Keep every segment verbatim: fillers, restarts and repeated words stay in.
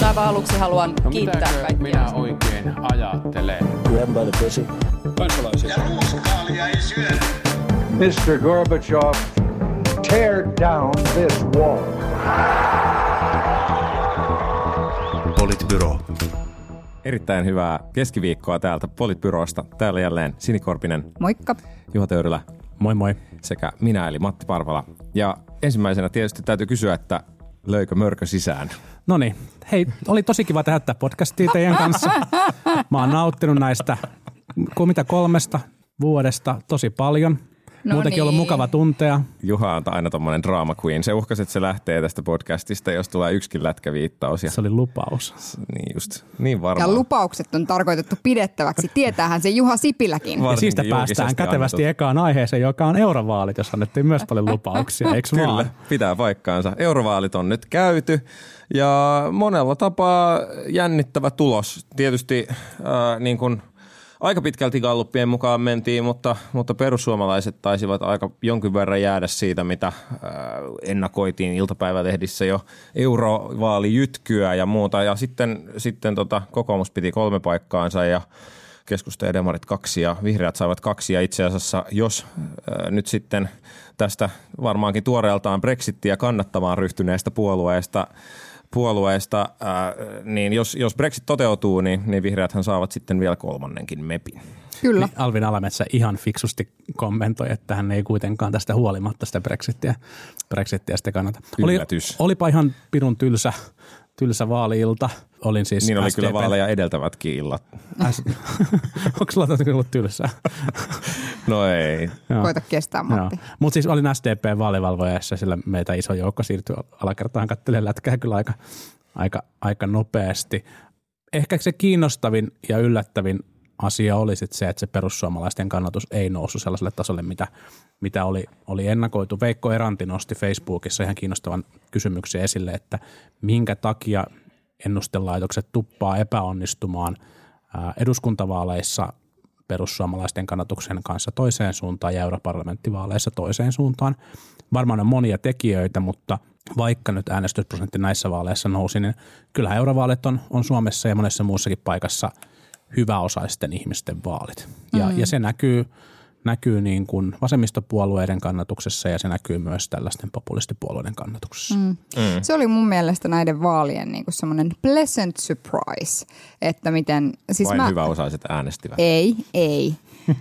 aivan aluksi haluan no, kiittää kaikkia. Minä oikein ajattelen? Grab by the pussy. Kansalaisia. Ja ruuskaalia ei syödä. mister Gorbachev, tear down this wall. Politbyro. Erittäin hyvää keskiviikkoa täältä Politbyrosta. Täällä jälleen Sini Korpinen. Moikka. Juha Töyrylä. Moi moi. Sekä minä eli Matti Parvala. Ja ensimmäisenä tietysti täytyy kysyä, että löikö mörkö sisään? No niin. Hei, oli tosi kiva tehdä tätä podcastia teidän kanssa. Mä oon nauttinut näistä mitä kolmesta vuodesta tosi paljon. No Muutenkin niin. ollut mukava tuntea. Juha on aina tommonen drama queen. Se uhkasi, että se lähtee tästä podcastista, jos tulee yksikin lätkäviittaus. Ja... Se oli lupaus. Niin just, niin varmaan. Ja lupaukset on tarkoitettu pidettäväksi. Tietäähän se Juha Sipiläkin. Ja siitä päästään kätevästi annetut. Ekaan aiheeseen, joka on eurovaalit, jos annettiin myös paljon lupauksia, eikö Kyllä, vaan? pitää paikkaansa. Eurovaalit on nyt käyty ja monella tapaa jännittävä tulos. Tietysti äh, niin kuin aika pitkälti Gallupien mukaan mentiin, mutta, mutta perussuomalaiset taisivat aika jonkin verran jäädä siitä, mitä äh, ennakoitiin iltapäivälehdissä jo eurovaalijytkyä ja muuta. Ja sitten, sitten tota, kokoomus piti kolme paikkaansa ja keskusta ja demarit kaksi ja vihreät saivat kaksi. Ja itse asiassa jos äh, nyt sitten tästä varmaankin tuoreeltaan Brexittiä kannattamaan ryhtyneestä puolueesta puolueesta, ää, niin jos, jos Brexit toteutuu, niin, niin vihreäthän saavat sitten vielä kolmannenkin mepin. Kyllä. Niin Alvin Alametsä ihan fiksusti kommentoi, että hän ei kuitenkaan tästä huolimatta sitä Brexittiä, Brexittiä sitä kannata. Yllätys. Oli, olipa ihan pirun tylsä, tylsä vaali-ilta. Olin siis niin oli S D P. Kyllä vaaleja edeltävätkin illat. Onko sulla jotenkin ollut tylsää? No ei. Koita kestää, Matti. Mutta siis olin S D P-vaalivalvojassa, sillä meitä iso joukko siirtyi alakertaan katselemaan lätkää kyllä aika, aika, aika nopeasti. Ehkä se kiinnostavin ja yllättävin asia oli sit se, että se perussuomalaisten kannatus ei noussut sellaiselle tasolle, mitä, mitä oli, oli ennakoitu. Veikko Eranti nosti Facebookissa ihan kiinnostavan kysymyksen esille, että minkä takia ennustelaitokset tuppaa epäonnistumaan eduskuntavaaleissa perussuomalaisten kannatuksen kanssa toiseen suuntaan ja europarlamenttivaaleissa toiseen suuntaan. Varmaan on monia tekijöitä, mutta vaikka nyt äänestysprosentti näissä vaaleissa nousi, niin kyllähän eurovaalit on, on Suomessa ja monessa muussakin paikassa hyväosaisten ihmisten vaalit. Ja, mm. ja se näkyy, näkyy niin kuin vasemmistopuolueiden kannatuksessa ja se näkyy myös tällaisten populistipuolueiden kannatuksessa. Mm. Mm. Se oli mun mielestä näiden vaalien niin kuin semmoinen pleasant surprise, että miten... Siis Vain mä, hyväosaiset äänestivät. Ei, ei.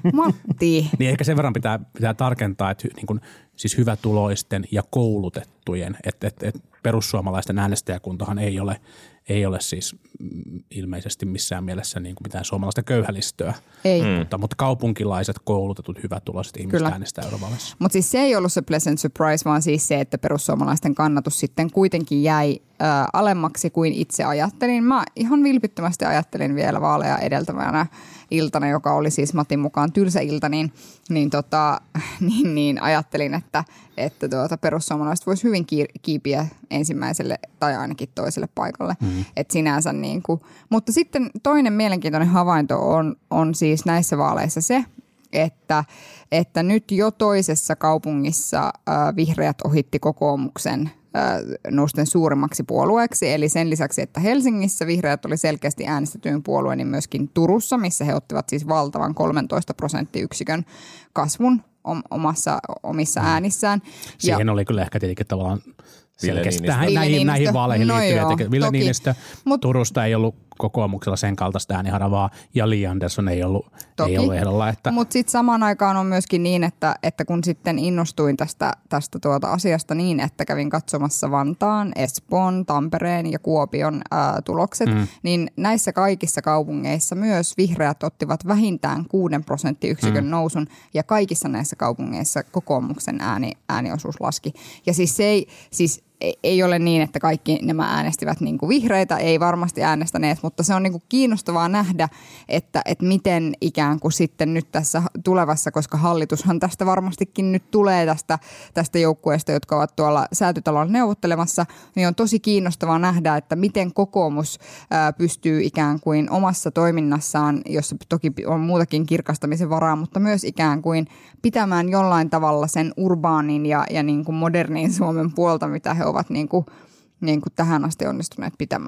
Matti. Niin ehkä sen verran pitää, pitää tarkentaa, että niin kuin, siis hyvätuloisten ja koulutettujen, että, että, että perussuomalaisten äänestäjäkuntahan ei ole, ei ole siis ilmeisesti missään mielessä niin kuin mitään suomalaista köyhälistöä. Ei. Mm. Mutta, mutta kaupunkilaiset, koulutetut, hyvätuloiset ihmiset Kyllä. äänestää eurovaaleissa. Mutta siis se ei ollut se pleasant surprise, vaan siis se, että perussuomalaisten kannatus sitten kuitenkin jäi ää, alemmaksi kuin itse ajattelin. Mä ihan vilpittömästi ajattelin vielä vaaleja edeltävänä iltana, joka oli siis Matin mukaan tylsä ilta, niin, niin, tota, niin, niin ajattelin, että, että tuota, perussuomalaiset voisi hyvin kiipiä ensimmäiselle tai ainakin toiselle paikalle. Mm-hmm. Et sinänsä niin kuin, mutta sitten toinen mielenkiintoinen havainto on, on siis näissä vaaleissa se, että, että nyt jo toisessa kaupungissa äh, vihreät ohitti kokoomuksen nousten suuremmaksi puolueeksi. Eli sen lisäksi, että Helsingissä vihreät oli selkeästi äänestetyin puolue, niin myöskin Turussa, missä he ottivat siis valtavan kolmetoista prosenttiyksikön kasvun omassa, omissa äänissään. Siihen ja, oli kyllä ehkä tietenkin tavallaan selkeästi Ville näihin, näihin vaaleihin no liittyviä. Ville toki, Niinistö mut, Turusta ei ollut kokoomuksella sen kaltaista ääniharavaa ja Li Andersson ei ollut, ei ollut ehdolla. Että... Mutta sitten samaan aikaan on myöskin niin, että, että kun sitten innostuin tästä, tästä tuota asiasta niin, että kävin katsomassa Vantaan, Espoon, Tampereen ja Kuopion ää, tulokset, mm. niin näissä kaikissa kaupungeissa myös vihreät ottivat vähintään kuuden prosenttiyksikön mm. nousun ja kaikissa näissä kaupungeissa kokoomuksen ääni, ääniosuus laski. Ja siis se ei... Siis ei ole niin, että kaikki nämä äänestivät niin kuin vihreitä, ei varmasti äänestäneet, mutta se on niin kuin kiinnostavaa nähdä, että, että miten ikään kuin sitten nyt tässä tulevassa, koska hallitushan tästä varmastikin nyt tulee tästä, tästä joukkueesta, jotka ovat tuolla Säätytalolla neuvottelemassa, niin on tosi kiinnostavaa nähdä, että miten kokoomus ää, pystyy ikään kuin omassa toiminnassaan, jossa toki on muutakin kirkastamisen varaa, mutta myös ikään kuin pitämään jollain tavalla sen urbaanin ja, ja niin kuin modernin Suomen puolta, mitä he ovat niin kuin, niin kuin tähän asti onnistuneet pitämään.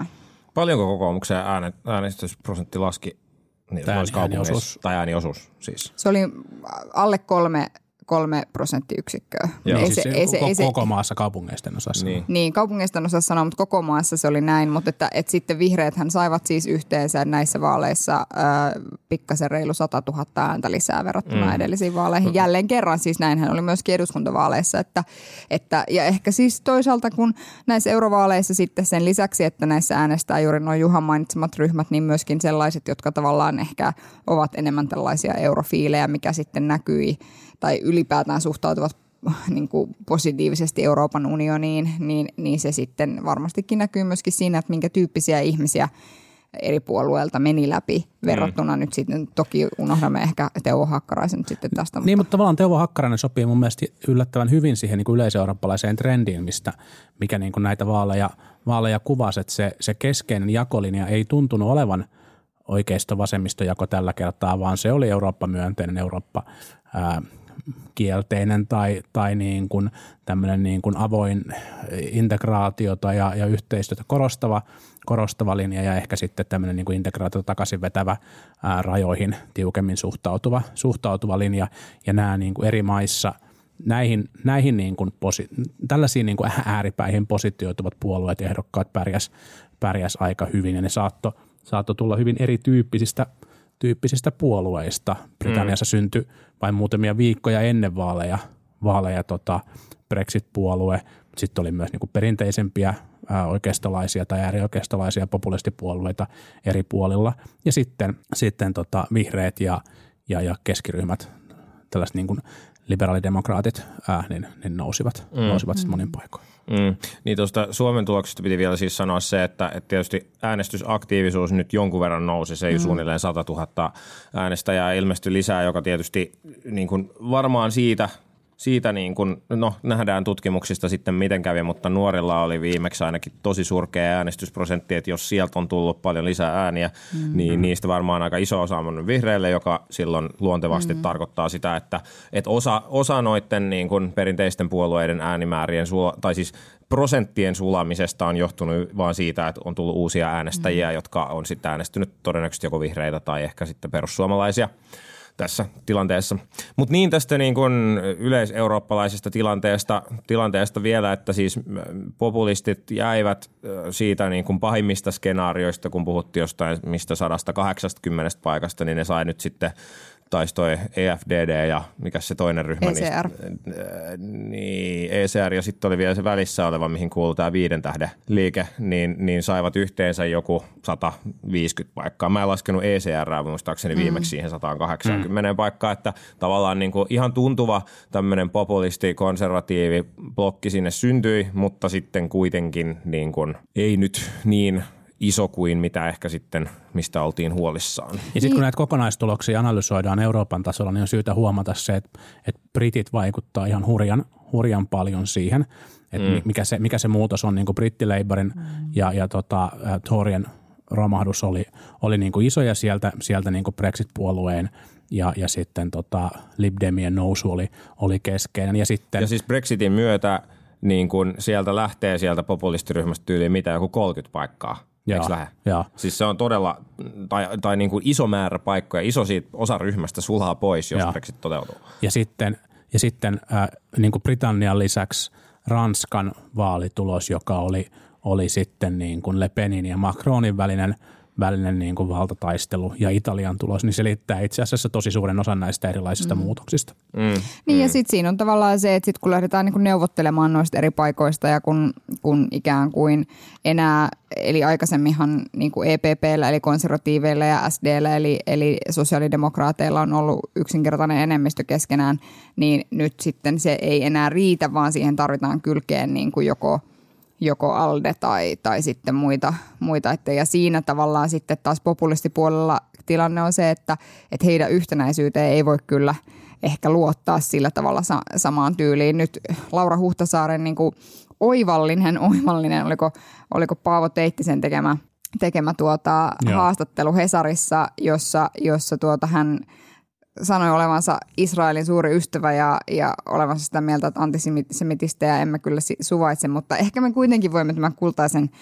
Paljonko kokoomuksen ääne, äänestysprosentti laski? Niin, tai ääniosuus. Tai ääniosuus siis. Se oli alle kolme, kolme prosenttiyksikköä. Joo, ei siis se, se, ei se, koko, ei se, koko maassa kaupungeisten osassa. Niin. Niin, kaupungeista en osaa sanoa, mutta koko maassa se oli näin. Mutta että, että sitten vihreäthän saivat siis yhteensä näissä vaaleissa ää, pikkasen reilu sata tuhatta ääntä lisää verrattuna mm. edellisiin vaaleihin. Jälleen kerran siis näinhän oli myöskin eduskuntavaaleissa. Että, että, ja ehkä siis toisaalta kun näissä eurovaaleissa sitten sen lisäksi, että näissä äänestää juuri nuo Juhan mainitsemat ryhmät, niin myöskin sellaiset, jotka tavallaan ehkä ovat enemmän tällaisia eurofiilejä, mikä sitten näkyi tai ylipäätään suhtautuvat niin kuin positiivisesti Euroopan unioniin, niin, niin se sitten varmastikin näkyy myöskin siinä, että minkä tyyppisiä ihmisiä eri puolueilta meni läpi verrattuna mm. nyt sitten, toki unohdamme ehkä Teuvo Hakkaraisen nyt sitten tästä. Niin, mutta tavallaan Teuvo Hakkarainen sopii mun mielestä yllättävän hyvin siihen niin kuin yleiseurooppalaiseen trendiin, mistä, mikä niin kuin näitä vaaleja, vaaleja kuvasi, että se, se keskeinen jakolinja ei tuntunut olevan oikeisto-vasemmistojako tällä kertaa, vaan se oli Eurooppa-myönteinen, Eurooppa ää, kielteinen tai, tai niin kuin tämmöinen niin kuin avoin integraatiota ja, ja yhteistyötä korostava, korostava linja ja ehkä sitten tämmöinen niin kuin integraatiota takaisin vetävä ää, rajoihin tiukemmin suhtautuva, suhtautuva linja ja nämä niin kuin eri maissa näihin, näihin niin kuin posi, tällaisiin niin kuin ääripäihin positioituvat puolueet ja ehdokkaat pärjäs, pärjäs aika hyvin ja ne saattoi saatto tulla hyvin erityyppisistä tyyppisistä puolueista. Britanniassa mm. syntyi vain muutamia viikkoja ennen vaaleja, vaaleja tota Brexit-puolue. Sitten oli myös niinku perinteisempiä ää, oikeistolaisia tai äärioikeistolaisia populistipuolueita eri puolilla. Ja sitten, sitten tota vihreät ja, ja, ja keskiryhmät, tällaiset niinku liberaalidemokraatit, ää, niin, niin nousivat, mm. nousivat sitten monin paikoin. Mm. Niin tuosta Suomen tuloksesta piti vielä siis sanoa se, että, että tietysti äänestysaktiivisuus nyt jonkun verran nousi. Se ei mm. suunnilleen sata tuhatta äänestäjää ilmestyi lisää, joka tietysti niin kuin varmaan siitä, siitä niin kuin, no nähdään tutkimuksista sitten miten kävi, mutta nuorilla oli viimeksi ainakin tosi surkea äänestysprosentti, että jos sieltä on tullut paljon lisää ääniä, mm. niin niistä varmaan aika iso osa on vihreille, joka silloin luontevasti mm. tarkoittaa sitä, että, että osa, osa noiden niin kuin perinteisten puolueiden äänimäärien, tai siis prosenttien sulamisesta on johtunut vaan siitä, että on tullut uusia äänestäjiä, mm. jotka on sitten äänestynyt todennäköisesti joko vihreitä tai ehkä sitten perussuomalaisia tässä tilanteessa. Mutta niin tästä niin kuin yleiseurooppalaisesta tilanteesta, tilanteesta vielä, että siis populistit jäivät siitä niin kuin pahimmista skenaarioista, kun puhuttiin jostain mistä sata kahdeksankymmentä paikasta, niin ne sai nyt sitten taisi toi E F D D ja mikä se toinen ryhmä? E C R. Niistä, niin, E C R ja sitten oli vielä se välissä oleva, mihin kuuluu tämä viiden tähden liike, niin, niin saivat yhteensä joku sata viisikymmentä paikkaa. Mä en laskenut E C R muistaakseni viimeksi mm. siihen sata kahdeksankymmentä mm. paikkaa, että tavallaan niin kuin ihan tuntuva tämmöinen populisti, konservatiivi blokki sinne syntyi, mutta sitten kuitenkin niin kuin ei nyt niin iso kuin mitä ehkä sitten, mistä oltiin huolissaan. Ja sitten kun näitä kokonaistuloksia analysoidaan Euroopan tasolla, niin on syytä huomata se, että, että britit vaikuttaa ihan hurjan, hurjan paljon siihen, että mm. mikä, se, mikä se muutos on. Niin kuin brittileiborin mm. ja, ja tota, Torien romahdus oli, oli niin kuin iso ja sieltä, sieltä niin kuin Brexit-puolueen ja, ja sitten tota Lib Demien nousu oli, oli keskeinen. Ja, sitten, ja siis Brexitin myötä niin kun sieltä lähtee sieltä populistiryhmästä tyyliin mitä joku kolmekymmentä paikkaa. Eikö lähde? Jaa. Siis se on todella, tai, tai niin kuin iso määrä paikkoja, iso siitä osa ryhmästä sulaa pois, jos Jaa. Brexit toteutuu. Ja sitten, ja sitten äh, niin kuin Britannian lisäksi Ranskan vaalitulos, joka oli, oli sitten niin kuin Le Penin ja Macronin välinen, välinen niin kuin valtataistelu ja Italian tulos, niin selittää itse asiassa tosi suuren osan näistä erilaisista mm. muutoksista. Mm. Niin mm. ja sitten siinä on tavallaan se, että sit kun lähdetään niin kuin neuvottelemaan noista eri paikoista ja kun, kun ikään kuin enää, eli aikaisemminhan niin kuin E P P:llä eli konservatiiveilla ja S D:llä eli, eli sosiaalidemokraateilla on ollut yksinkertainen enemmistö keskenään, niin nyt sitten se ei enää riitä, vaan siihen tarvitaan kylkeen niin kuin joko joko ALDE tai, tai sitten muita, muita. Että, ja siinä tavallaan sitten taas populistipuolella tilanne on se, että, että heidän yhtenäisyyteen ei voi kyllä ehkä luottaa sillä tavalla sa- samaan tyyliin. Nyt Laura Huhtasaaren niin kuin oivallinen, oivallinen, oliko, oliko Paavo Teittisen tekemä, tekemä tuota haastattelu Hesarissa, jossa, jossa tuota hän sanoi olevansa Israelin suuri ystävä ja, ja olevansa sitä mieltä, että antisemitistejä emme kyllä suvaitse, mutta ehkä me kuitenkin voimme tämän kultaisen,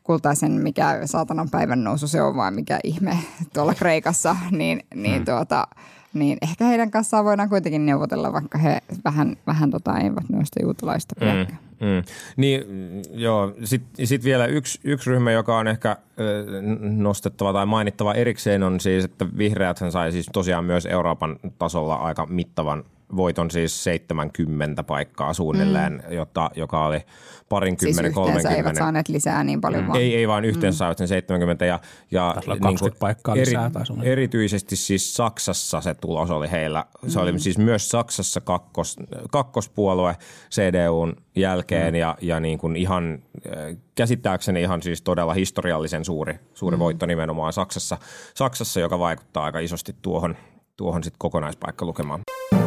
kultaisen, mikä saatanan päivän nousu se on vai mikä ihme tuolla Kreikassa, niin, niin, mm. tuota, niin ehkä heidän kanssaan voidaan kuitenkin neuvotella, vaikka he vähän, vähän tota, eivät noista juutalaista pidäkään. Mm, mm. Niin, joo. Sitten sit vielä yksi, yksi ryhmä, joka on ehkä nostettava tai mainittava erikseen on siis, että vihreäthän sai siis tosiaan myös Euroopan tasolla aika mittavan voiton, siis seitsemänkymmentä paikkaa suunnilleen, mm. jota, joka oli parinkymmenen, kolmenkymmenen. Siis eivät saaneet lisää niin paljon mm. vaan. Ei, ei vaan yhteensä mm. saivat sen seitsemänkymmentä. Ja, ja niin kuin paikkaa eri, lisää. Erityisesti siis Saksassa se tulos oli heillä. Se mm. oli siis myös Saksassa kakkos, kakkospuolue C D U:n jälkeen mm. ja, ja niin kuin ihan käsittääkseni ihan siis todella historiallisen suuri, suuri mm. voitto nimenomaan Saksassa, Saksassa, joka vaikuttaa aika isosti tuohon, tuohon sit kokonaispaikkalukemaan.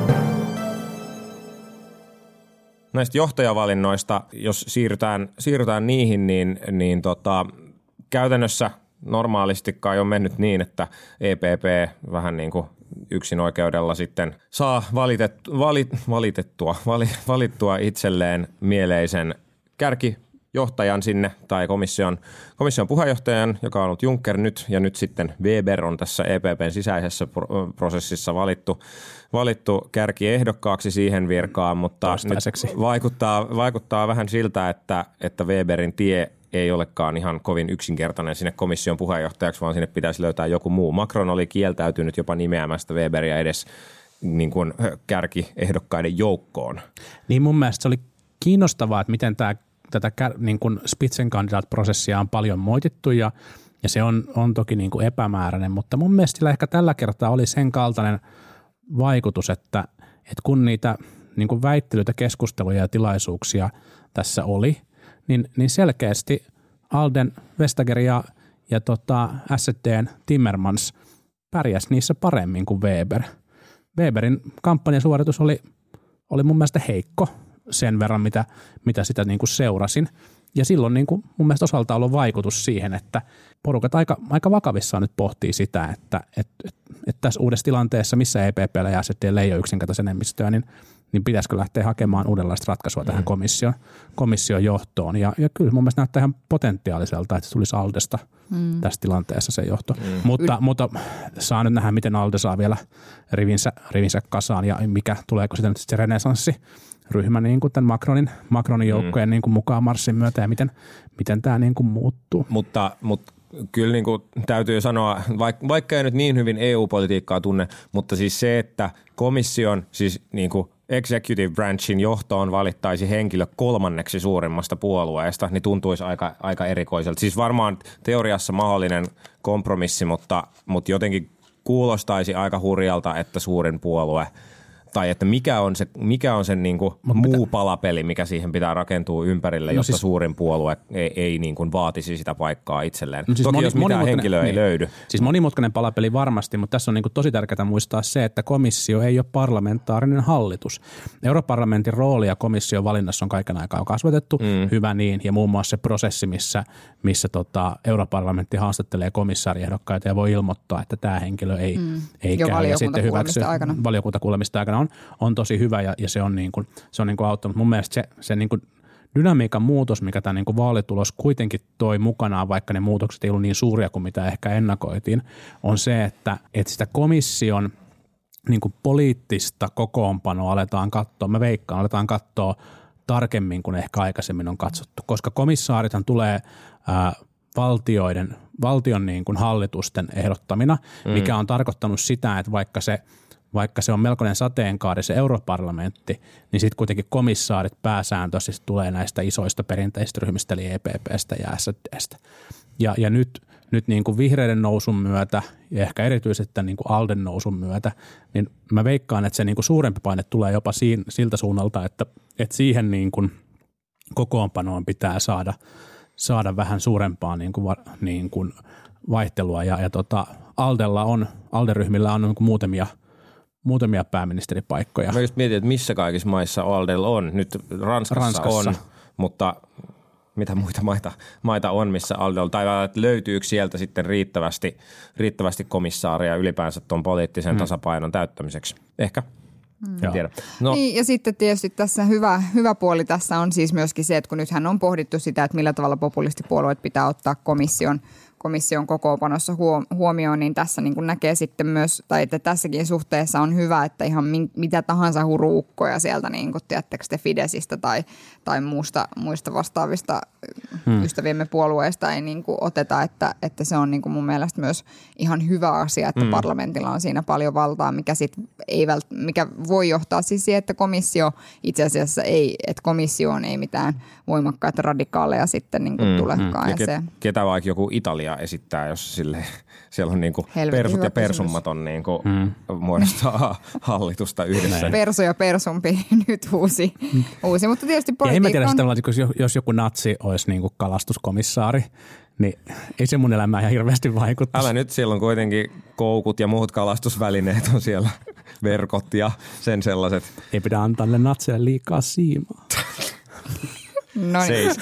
Näistä johtajavalinnoista, jos siirrytään, siirrytään niihin, niin, niin tota, käytännössä normaalisti kai on mennyt niin, että E P P vähän niin kuin yksin oikeudella sitten saa valitettu, valit, valitettua, vali, valittua itselleen mieleisen kärkijohtajan sinne tai komission, komission puheenjohtajan, joka on ollut Juncker nyt ja nyt sitten Weber on tässä E P P:n sisäisessä prosessissa valittu. valittu kärkiehdokkaaksi siihen virkaan, mutta vaikuttaa, vaikuttaa vähän siltä, että, että Weberin tie ei olekaan ihan kovin yksinkertainen sinne komission puheenjohtajaksi, vaan sinne pitäisi löytää joku muu. Macron oli kieltäytynyt jopa nimeämästä Weberia edes niin kuin kärkiehdokkaiden joukkoon. Niin mun mielestä se oli kiinnostavaa, että miten tämä, tätä niin kuin Spitzenkandidat-prosessia on paljon moitittu ja, ja se on, on toki niin kuin epämääräinen, mutta mun mielestä sillä ehkä tällä kertaa oli sen kaltainen vaikutus, että, että kun niitä niin kuin väittelyitä, keskusteluja ja tilaisuuksia tässä oli, niin, niin selkeästi Alden, Vestager ja, ja tota S D:n Timmermans pärjäsi niissä paremmin kuin Weber. Weberin kampanjasuoritus oli, oli mun mielestä heikko sen verran, mitä, mitä sitä niin kuin seurasin. Ja silloin niin kuin mun mielestä osalta on ollut vaikutus siihen, että porukat aika, aika vakavissaan nyt pohtii sitä, että et, et, et tässä uudessa tilanteessa, missä E P P:llä ja S D:llä ei ole yksinkertaisen enemmistöä, niin, niin pitäisikö lähteä hakemaan uudenlaista ratkaisua mm. tähän komission, komission johtoon. Ja, ja kyllä mun mielestä näyttää ihan potentiaaliselta, että se tulisi Aldesta mm. tässä tilanteessa se johto. Mm. Mutta, Yl- mutta saa nyt nähdä, miten Alde saa vielä rivinsä, rivinsä kasaan ja mikä tuleeko sitten se renesanssi ryhmä niin kuin tämän Macronin, Macronin joukkojen mm. niin kuin mukaan marssin myötä ja miten, miten tämä niin kuin muuttuu. Mutta, mutta kyllä niin kuin täytyy sanoa, vaikka, vaikka ei nyt niin hyvin E U-politiikkaa tunne, mutta siis se, että komission, siis niin kuin executive branchin johtoon valittaisi henkilö kolmanneksi suurimmasta puolueesta, niin tuntuisi aika, aika erikoiselta. Siis varmaan teoriassa mahdollinen kompromissi, mutta, mutta jotenkin kuulostaisi aika hurjalta, että suurin puolue tai että mikä on se, mikä on sen niin kuin muu pitä... palapeli, mikä siihen pitää rakentua ympärille, no jotta siis... suurin puolue ei, ei niin kuin vaatisi sitä paikkaa itselleen. No siis Toki moni, jos mitään henkilöä niin. ei löydy. Siis monimutkainen palapeli varmasti, mutta tässä on niin kuin tosi tärkeää muistaa se, että komissio ei ole parlamentaarinen hallitus. Europarlamentin roolia komission valinnassa on kaiken aikaa kasvatettu, mm. hyvä niin, ja muun muassa se prosessi, missä, missä tota Europarlamentti haastattelee komissaariehdokkaita ja voi ilmoittaa, että tämä henkilö ei, mm. ei käy ja sitten hyväksy valiokuntakuulemista aikana. On, on tosi hyvä ja, ja se on, niin kuin, se on niin kuin auttanut. Mun mielestä se, se niin kuin dynamiikan muutos, mikä tämä niin kuin vaalitulos kuitenkin toi mukanaan, vaikka ne muutokset ei ollut niin suuria kuin mitä ehkä ennakoitiin, on se, että, että sitä komission niin kuin poliittista kokoonpanoa aletaan katsoa, mä veikkaan, aletaan katsoa tarkemmin kuin ehkä aikaisemmin on katsottu, koska komissaarithan tulee ää, valtioiden, valtion niin kuin hallitusten ehdottamina, mm. mikä on tarkoittanut sitä, että vaikka se Vaikka se on melkoinen sateenkaari se europarlamentti, niin sitten kuitenkin komissaarit pääsääntöisesti tulee näistä isoista perinteisistä ryhmistä, eli E P P:stä ja S D:stä. Ja, ja nyt, nyt niin kuin vihreiden nousun myötä ja ehkä erityisesti niin kuin Alden nousun myötä, niin mä veikkaan, että se niin kuin suurempi paine tulee jopa siinä, siltä suunnalta, että, että siihen niin kuin kokoonpanoon pitää saada, saada vähän suurempaa niin kuin, niin kuin vaihtelua. Ja, ja tota, Aldella on, Alden-ryhmillä on niin kuin muutamia Muutamia pääministeripaikkoja. Mä just mietin, että missä kaikissa maissa Aldel on. Nyt Ranskassa, Ranskassa. on, mutta mitä muita maita, maita on, missä Aldel tai löytyykö sieltä sitten riittävästi, riittävästi komissaaria ylipäänsä tuon poliittisen hmm. tasapainon täyttämiseksi? Ehkä. En tiedä. No. Niin, ja sitten tietysti tässä hyvä, hyvä puoli tässä on siis myöskin se, että kun nythän on pohdittu sitä, että millä tavalla populistipuolueet pitää ottaa komission komission kokoonpanossa huomioon, niin tässä niin kuin näkee sitten myös, tai että tässäkin suhteessa on hyvä, että ihan mitä tahansa huruukkoja sieltä, niin kuin tiedättekö te Fidesistä tai, tai muusta, muista vastaavista hmm. ystäviemme puolueista ei niin kuin oteta, että, että se on niin kuin mun mielestä myös ihan hyvä asia, että hmm. parlamentilla on siinä paljon valtaa, mikä, sit ei vält, mikä voi johtaa siis siihen, että komissio itse asiassa ei, että komissioon ei mitään voimakkaita radikaaleja sitten niin kuin hmm. tulekaan. Hmm. Ja ket, se, ketä vaikka joku Italia esittää, jos sille, siellä on niinku persut ja persummat on niinku mm. muodostaa hallitusta yhdessä. Persu ja persumpi nyt uusi, uusi. Mutta tietysti politiikka en mä tiedä, on... Sitä, jos joku natsi olisi niinku kalastuskomissaari, niin ei se mun elämään ihan hirveästi vaikuttaisi. Älä nyt, siellä on kuitenkin koukut ja muut kalastusvälineet on siellä, verkot ja sen sellaiset. Ei pidä antaa ne natseille liikaa siimaa. No niin.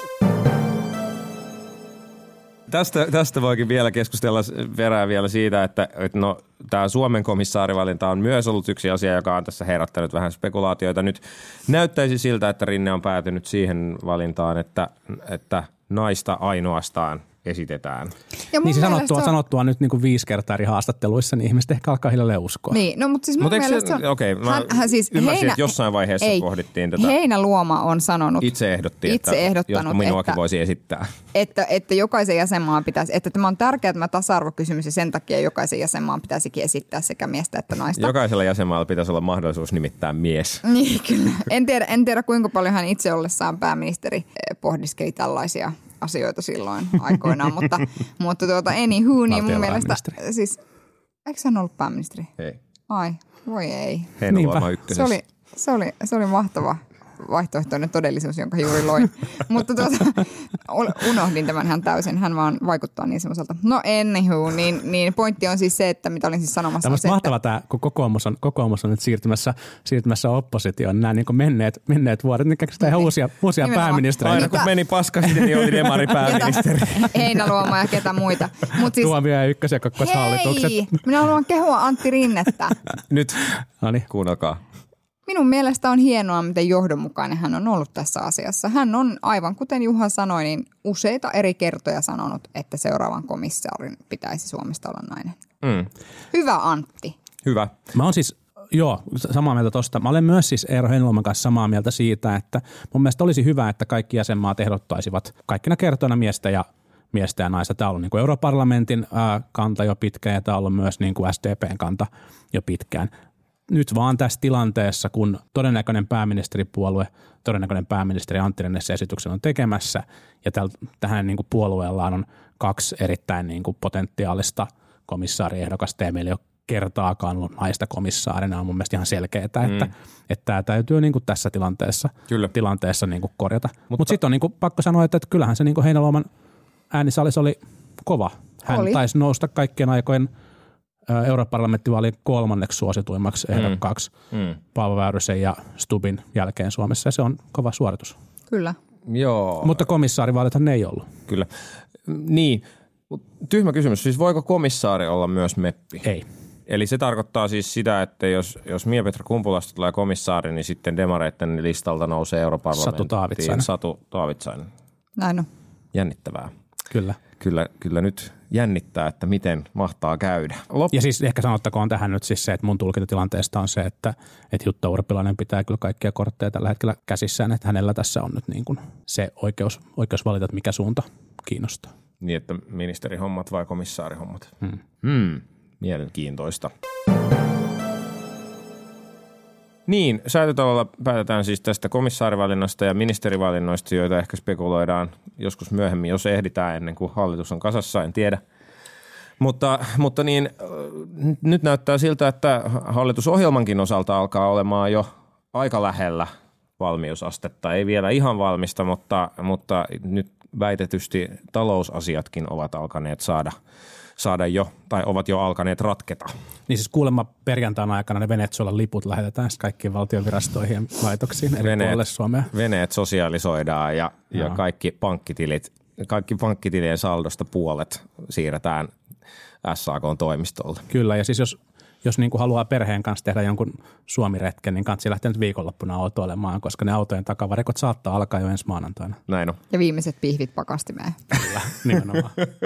Tästä, tästä voikin vielä keskustella verran vielä siitä, että, että no, tämä Suomen komissaarivalinta on myös ollut yksi asia, joka on tässä herättänyt vähän spekulaatioita. Nyt näyttäisi siltä, että Rinne on päätynyt siihen valintaan, että, että naista ainoastaan esitetään. Niin se sanottua, on... sanottua nyt niin kuin viisi kertaa eri haastatteluissa, niin ihmiset ehkä alkaa hiljalleen uskoa. Niin, no mutta siis mun Mut mielestä se on... Okei, okay, mä hän, hän siis ymmärsin, Heinä... että jossain vaiheessa ei, pohdittiin tätä. Heinäluoma on sanonut... Itse ehdotti, itse että ehdottanut, josta minuakin että, voisi esittää. Että, että jokaisen jäsenmaan pitäisi, että tämä on tärkeä tämä tasa-arvokysymys ja sen takia jokaisen jäsenmaan pitäisikin esittää sekä miestä että naista. Jokaisella jäsenmaalla pitäisi olla mahdollisuus nimittää mies. Niin, kyllä. En tiedä, en tiedä kuinka paljon hän itse ollessaan pääministeri pohdiskeli tällaisia asioita silloin aikoinaan, mutta, mutta tuota anywho, niin mun mielestä, siis, eikö hän ollut pääministeri? Ei. Ai, voi ei. Heinäluoma ykkösessä. Se oli, se oli, se oli mahtava vaihtoehtoinen todellisuus, jonka juuri loin. Mutta tuota, unohdin tämän hän täysin. Hän vaan vaikuttaa niin semmoiselta. No anywho, niin, niin pointti on siis se, että mitä olin siis sanomassa. Tämä on mahtavaa että... tämä, kun kokoomus on, kokoomus on nyt siirtymässä, siirtymässä oppositioon. Nämä niin menneet, menneet vuodet, niin keksitään ihan uusia, uusia pääministeriä. Aina kun meni paskasti, niin oli demari pääministeri. Heinäluoma ja ketä muita. Mut siis, Tuomio ja ykkös- ja kakkoshallitukset. Hei, minä haluan kehua Antti Rinnettä. Nyt, Noniin. Kuunnelkaa. Minun mielestä on hienoa, miten johdonmukainen hän on ollut tässä asiassa. Hän on, aivan kuten Juha sanoi, niin useita eri kertoja sanonut, että seuraavan komissaarin pitäisi Suomesta olla nainen. Mm. Hyvä Antti. Hyvä. Mä oon siis, joo, samaa mieltä tosta. Mä olen myös siis Eero Heinäluoman kanssa samaa mieltä siitä, että mun mielestä olisi hyvä, että kaikki jäsenmaat ehdottaisivat kaikkina kertoina miestä ja miestä ja naista. Tämä on ollut niin kuin Europarlamentin ää, kanta jo pitkään ja tämä on ollut myös niin kuin S D P:n kanta jo pitkään. Nyt vaan tässä tilanteessa, kun todennäköinen pääministeripuolue, todennäköinen pääministeri Antti Rinne se esityksen on tekemässä ja täl, tähän niin kuin puolueellaan on kaksi erittäin niin kuin potentiaalista komissaariehdokasta ja meillä ei ole kertaakaan ollut naista komissaarina, on mun mielestä ihan selkeää, että, mm. että tämä täytyy niin kuin tässä tilanteessa, tilanteessa niin kuin korjata. Mutta Mut sitten on niin kuin pakko sanoa, että, että kyllähän se niin kuin Heinäluoman äänisalissa oli kova. Hän oli. taisi nousta kaikkien aikojen Europarlamenttivaalin kolmanneksi suosituimmaksi ehdokkaaksi mm. mm. Paavo Väyrysen ja Stubbin jälkeen Suomessa, ja se on kova suoritus. Kyllä. Joo. Mutta komissaarivaalithan ne ei ollut. Kyllä. Niin. Tyhmä kysymys. Siis voiko komissaari olla myös meppi? Ei. Eli se tarkoittaa siis sitä, että jos, jos Mia-Petra Kumpulasta tulee komissaari, niin sitten demareitten listalta nousee Europarlamenttiin Satu Taavitsainen. Satu Taavitsainen. Näin on. Jännittävää. Kyllä. Kyllä, kyllä nyt jännittää, että miten mahtaa käydä. Lop- ja siis ehkä sanottakoon tähän nyt siis se, että mun tulkintatilanteesta on se, että, että Jutta Urpilainen pitää kyllä kaikkia kortteja tällä hetkellä käsissään, että hänellä tässä on nyt niin kuin se oikeus, oikeus valita, että mikä suunta kiinnostaa. Niin, että ministerihommat vai komissaarihommat? Hmm. Hmm. Mielenkiintoista. Niin, Säätytalolla päätetään siis tästä komissaarivalinnasta ja ministerivalinnoista, joita ehkä spekuloidaan joskus myöhemmin, jos ehditään ennen kuin hallitus on kasassa, en tiedä. Mutta, mutta niin, nyt näyttää siltä, että hallitusohjelmankin osalta alkaa olemaan jo aika lähellä valmiusastetta. Ei vielä ihan valmista, mutta, mutta nyt väitetysti talousasiatkin ovat alkaneet saada saada jo, tai ovat jo alkaneet ratketa. Niin siis kuulemma perjantaina aikana ne Venezuelan liput lähetetään kaikkiin valtion virastoihin ja laitoksiin eri veneet, puolelle Suomea. Veneet sosialisoidaan ja, ja kaikki pankkitilit, kaikki pankkitilien saldosta puolet siirretään S A K:n toimistolle. Kyllä, ja siis jos, jos niin kuin haluaa perheen kanssa tehdä jonkun Suomi-retken, niin kannattaa lähteä nyt viikonloppuna autoilemaan, koska ne autojen takavarikot saattaa alkaa jo ensi maanantaina. Näin on. Ja viimeiset pihvit pakastimeen. Kyllä, nimenomaan.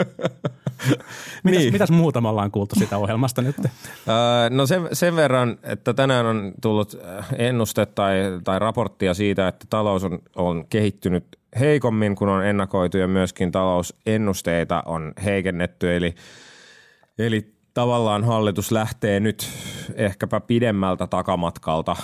mitäs, niin. mitäs muuta me ollaan kuultu sitä ohjelmasta nyt? Öö, no sen, sen verran, että tänään on tullut ennuste tai, tai raporttia siitä, että talous on, on kehittynyt heikommin kuin on ennakoitu ja myöskin talousennusteita on heikennetty. Eli, eli tavallaan hallitus lähtee nyt ehkäpä pidemmältä takamatkalta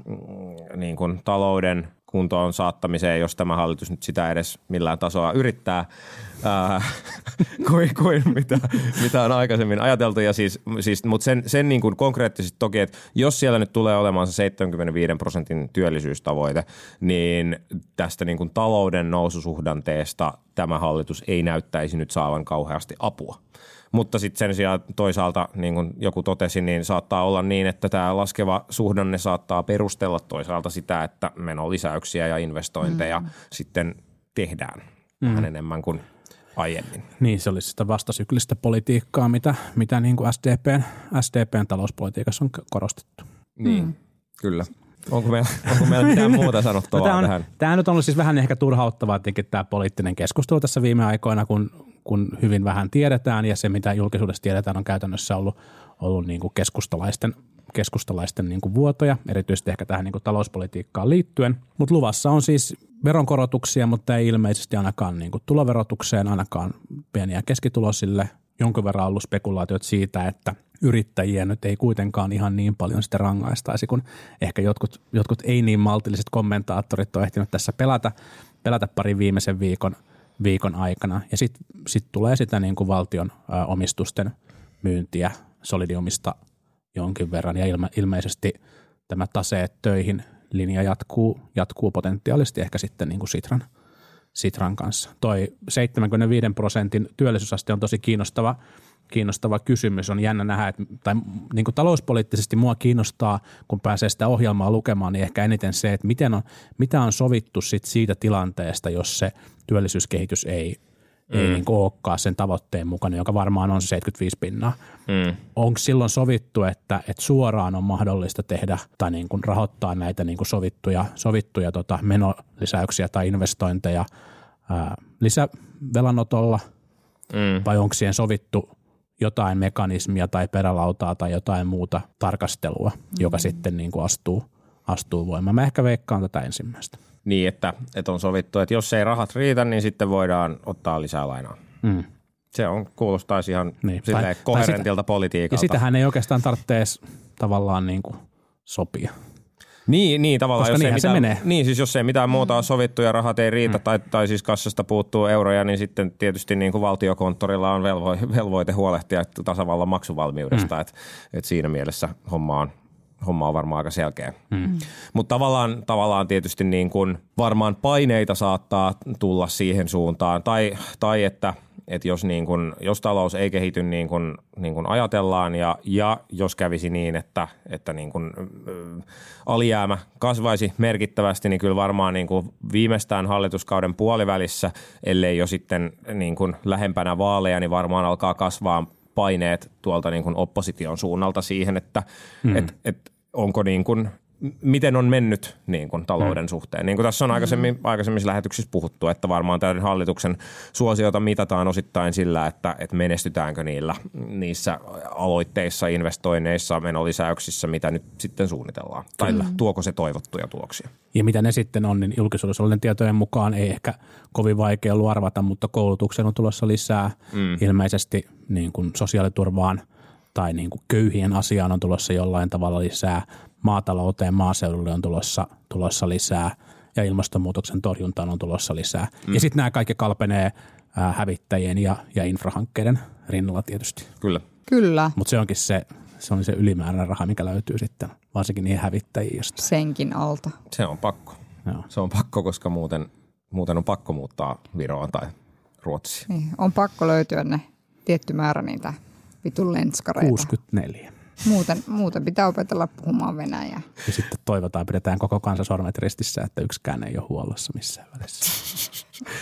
niin kuin talouden kuntoon saattamiseen, jos tämä hallitus nyt sitä edes millään tasoa yrittää, ää, kuin, kuin mitä, mitä on aikaisemmin ajateltu. Ja siis, siis, mutta sen, sen niin kuin konkreettisesti toki, että jos siellä nyt tulee olemaan se seitsemänkymmentäviisi prosentin työllisyystavoite, niin tästä niin kuin talouden noususuhdanteesta tämä hallitus ei näyttäisi nyt saavan kauheasti apua. Mutta sitten sen sijaan toisaalta, niin kuin joku totesi, niin saattaa olla niin, että tämä laskeva suhdanne saattaa perustella toisaalta sitä, että menolisäyksiä ja investointeja mm. sitten tehdään mm. vähän enemmän kuin aiemmin. Niin, se olisi sitä vastasyklistä politiikkaa, mitä, mitä niin kuin S D P:n, S D P:n talouspolitiikassa on korostettu. Niin, mm. kyllä. Onko meillä, onko meillä mitään muuta sanottavaa no, tämä on, tähän? Tämä nyt on ollut siis vähän ehkä turhauttavaa tietenkin tämä poliittinen keskustelu tässä viime aikoina, kun, kun hyvin vähän tiedetään ja se, mitä julkisuudessa tiedetään, on käytännössä ollut, ollut niin kuin keskustalaisten, keskustalaisten niin kuin vuotoja, erityisesti ehkä tähän niin kuin talouspolitiikkaan liittyen. Mutta luvassa on siis veronkorotuksia, mutta ei ilmeisesti ainakaan niin kuin tuloverotukseen, ainakaan pieniä keskituloisille. Jonkun verran ollut spekulaatiot siitä, että yrittäjiä nyt ei kuitenkaan ihan niin paljon sitä rangaistaisi, kun ehkä jotkut, jotkut ei niin maltilliset kommentaattorit on ehtinyt tässä pelata, pelata parin viimeisen viikon, viikon aikana. Ja sitten sit tulee sitä niin kuin valtion ä, omistusten myyntiä Solidiumista jonkin verran ja ilme, ilmeisesti tämä taseet töihin linja jatkuu, jatkuu potentiaalisesti ehkä sitten niin kuin Sitran, Sitran kanssa. Toi seitsemänkymmentäviisi prosentin työllisyysaste on tosi kiinnostava, kiinnostava kysymys. On jännä nähdä, että tai niin kuin talouspoliittisesti mua kiinnostaa, kun pääsee sitä ohjelmaa lukemaan, niin ehkä eniten se, että miten on, mitä on sovittu sit siitä tilanteesta, jos se työllisyyskehitys ei, mm. ei niin kuin olekaan sen tavoitteen mukana, joka varmaan on se seitsemänkymmentäviisi pinnaa. Mm. Onko silloin sovittu, että, että suoraan on mahdollista tehdä tai niin kuin rahoittaa näitä niin kuin sovittuja, sovittuja tota menolisäyksiä tai investointeja ää, lisävelanotolla, mm. vai onko siihen sovittu jotain mekanismia tai perälautaa tai jotain muuta tarkastelua, mm. joka sitten niin kuin astuu, astuu voimaan. Mä ehkä veikkaan tätä ensimmäistä. Niin, että, että on sovittu, että jos ei rahat riitä, niin sitten voidaan ottaa lisää lainaa. Mm. Se on, kuulostaisi ihan niin. silleen koherentilta politiikalta. Ja sitähän ei oikeastaan tarvitse edes tavallaan niin kuin sopia. Niin, niin tavallaan. Koska jos ei mitään, se menee. Niin, siis jos ei mitään muuta ole sovittu ja rahat ei riitä mm. tai, tai siis kassasta puuttuu euroja, niin sitten tietysti niin kuin valtiokonttorilla on velvo, velvoite huolehtia tasavallan maksuvalmiudesta. Mm. Että et siinä mielessä homma on, homma on varmaan aika selkeä. Mm. Mutta tavallaan, tavallaan tietysti niin kuin varmaan paineita saattaa tulla siihen suuntaan tai, tai että että jos, niin kun, jos talous ei kehity niin kuin niin kun ajatellaan ja, ja jos kävisi niin, että, että niin kun, ä, alijäämä kasvaisi merkittävästi, niin kyllä varmaan niin kun viimeistään hallituskauden puolivälissä, ellei jo sitten niin kun lähempänä vaaleja, niin varmaan alkaa kasvaa paineet tuolta niin kun opposition suunnalta siihen, että mm. et, et onko niin kun miten on mennyt niin kuin talouden mm. suhteen. Niin kuin tässä on aikaisemmin, aikaisemmissa lähetyksissä puhuttu, että varmaan tämän hallituksen suosiota mitataan osittain sillä, että, että menestytäänkö niillä, niissä aloitteissa, investoinneissa, menolisäyksissä, mitä nyt sitten suunnitellaan. Tai mm. tuoko se toivottuja tuloksia. Ja mitä ne sitten on, niin julkisuudessa ollen tietojen mukaan ei ehkä kovin vaikea ollut arvata, mutta koulutuksen on tulossa lisää. Mm. Ilmeisesti niin kuin sosiaaliturvaan tai niin kuin köyhien asiaan on tulossa jollain tavalla lisää. Maatalouteen, maaseudulle on tulossa, tulossa lisää ja ilmastonmuutoksen torjuntaan on tulossa lisää. Mm. Ja sitten nämä kaikki kalpenee ää, hävittäjien ja, ja infrahankkeiden rinnalla tietysti. Kyllä. Kyllä. Mutta se onkin se, se, on se ylimääräinen raha, mikä löytyy sitten varsinkin niihin hävittäjiin. Senkin alta. Se on pakko. Joo. Se on pakko, koska muuten, muuten on pakko muuttaa Viroon tai Ruotsiin. Niin, on pakko löytyä ne tietty määrä niitä vitun lenskareita. kuusikymmentäneljä. Muuten, muuten pitää opetella puhumaan venäjää. Ja sitten toivotaan, pidetään koko kansa sormet ristissä, että yksikään ei ole huollossa missään välissä.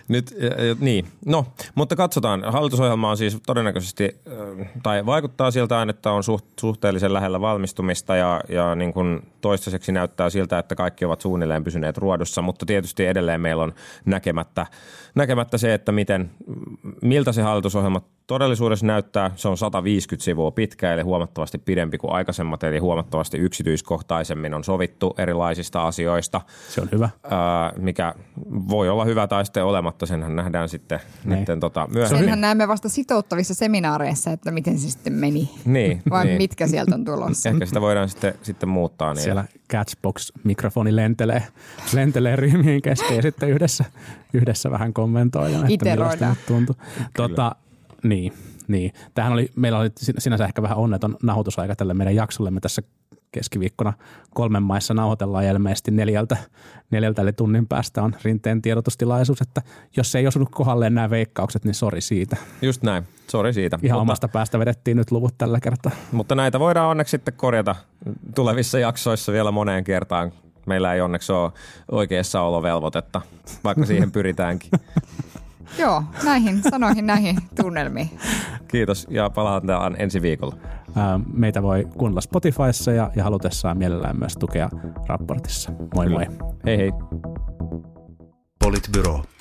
Nyt, niin. No, mutta katsotaan. Hallitusohjelma on siis todennäköisesti, tai vaikuttaa siltä, että on suht, suhteellisen lähellä valmistumista ja, ja niin kuin toistaiseksi näyttää siltä, että kaikki ovat suunnilleen pysyneet ruodussa, mutta tietysti edelleen meillä on näkemättä, näkemättä se, että miten, miltä se hallitusohjelma todellisuudessa näyttää. Se on sata viisikymmentä sivua pitkä, eli huomattavasti pidempi kuin aikaisemmat, eli huomattavasti yksityiskohtaisemmin on sovittu erilaisista asioista. Se on hyvä. Ää, mikä voi olla hyvä tai sitten olematta, senhän nähdään sitten nytten, tota, myöhemmin. Senhän näemme vasta sitouttavissa seminaareissa, että miten se sitten meni. Niin, vai niin. mitkä sieltä on tulossa. Ehkä sitä voidaan sitten, sitten muuttaa. Niin. Siellä Catchbox-mikrofoni lentelee, lentelee ryhmien kesken ja sitten yhdessä, yhdessä vähän kommentoidaan, että millaista tuntuu. Tota, niin, niin. Tämähän oli, meillä oli sinänsä ehkä vähän onneton nauhoitusaika tälle meidän jaksollemme tässä keskiviikkona kolmen maissa nauhoitellaan ja ilmeisesti neljältä, neljältä eli tunnin päästä on Rinteen tiedotustilaisuus, että jos ei osunut kohdalleen nämä veikkaukset, niin sori siitä. Just näin, sori siitä. Ihan mutta, omasta päästä vedettiin nyt luvut tällä kertaa. Mutta näitä voidaan onneksi sitten korjata tulevissa jaksoissa vielä moneen kertaan. Meillä ei onneksi ole oikeassa olovelvoitetta, vaikka siihen pyritäänkin. Joo, näihin sanoihin, näihin tunnelmiin. Kiitos ja palataan ensi viikolla. Meitä voi kuunnella Spotifyssa ja, ja halutessaan mielellään myös tukea raportissa. Moi moi. Hei hei. Politbyro.